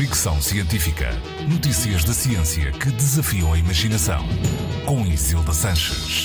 Fricção Científica. Notícias da ciência que desafiam a imaginação. Com Isilda Sanches.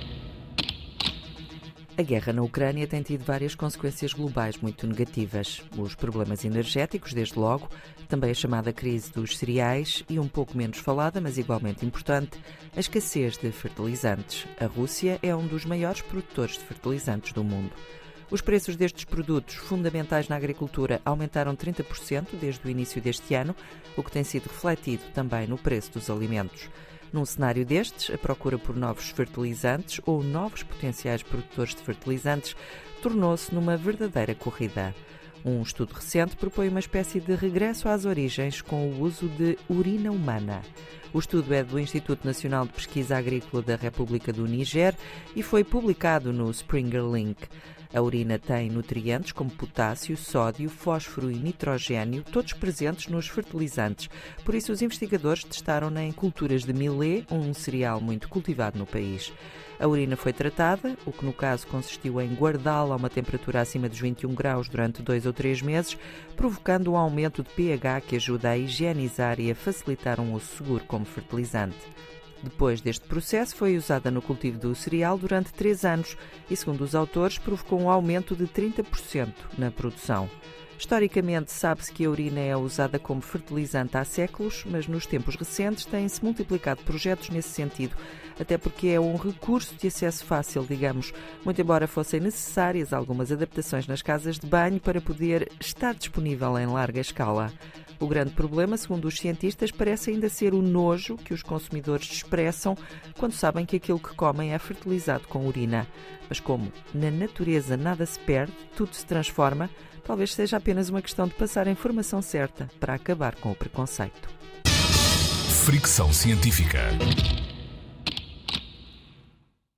A guerra na Ucrânia tem tido várias consequências globais muito negativas. Os problemas energéticos, desde logo, também a chamada crise dos cereais e, um pouco menos falada, mas igualmente importante, a escassez de fertilizantes. A Rússia é um dos maiores produtores de fertilizantes do mundo. Os preços destes produtos, fundamentais na agricultura, aumentaram 30% desde o início deste ano, o que tem sido refletido também no preço dos alimentos. Num cenário destes, a procura por novos fertilizantes ou novos potenciais produtores de fertilizantes tornou-se numa verdadeira corrida. Um estudo recente propõe uma espécie de regresso às origens com o uso de urina humana. O estudo é do Instituto Nacional de Pesquisa Agrícola da República do Níger e foi publicado no Springer Link. A urina tem nutrientes como potássio, sódio, fósforo e nitrogênio, todos presentes nos fertilizantes. Por isso, os investigadores testaram-na em culturas de millet, um cereal muito cultivado no país. A urina foi tratada, o que no caso consistiu em guardá-la a uma temperatura acima dos 21 graus durante 2 ou 3 meses, provocando um aumento de pH que ajuda a higienizar e a facilitar um uso seguro como fertilizante. Depois deste processo, foi usada no cultivo do cereal durante 3 anos e, segundo os autores, provocou um aumento de 30% na produção. Historicamente, sabe-se que a urina é usada como fertilizante há séculos, mas nos tempos recentes têm-se multiplicado projetos nesse sentido, até porque é um recurso de acesso fácil, digamos, muito embora fossem necessárias algumas adaptações nas casas de banho para poder estar disponível em larga escala. O grande problema, segundo os cientistas, parece ainda ser o nojo que os consumidores expressam quando sabem que aquilo que comem é fertilizado com urina. Mas como na natureza nada se perde, tudo se transforma, talvez seja apenas uma questão de passar a informação certa para acabar com o preconceito. Fricção Científica.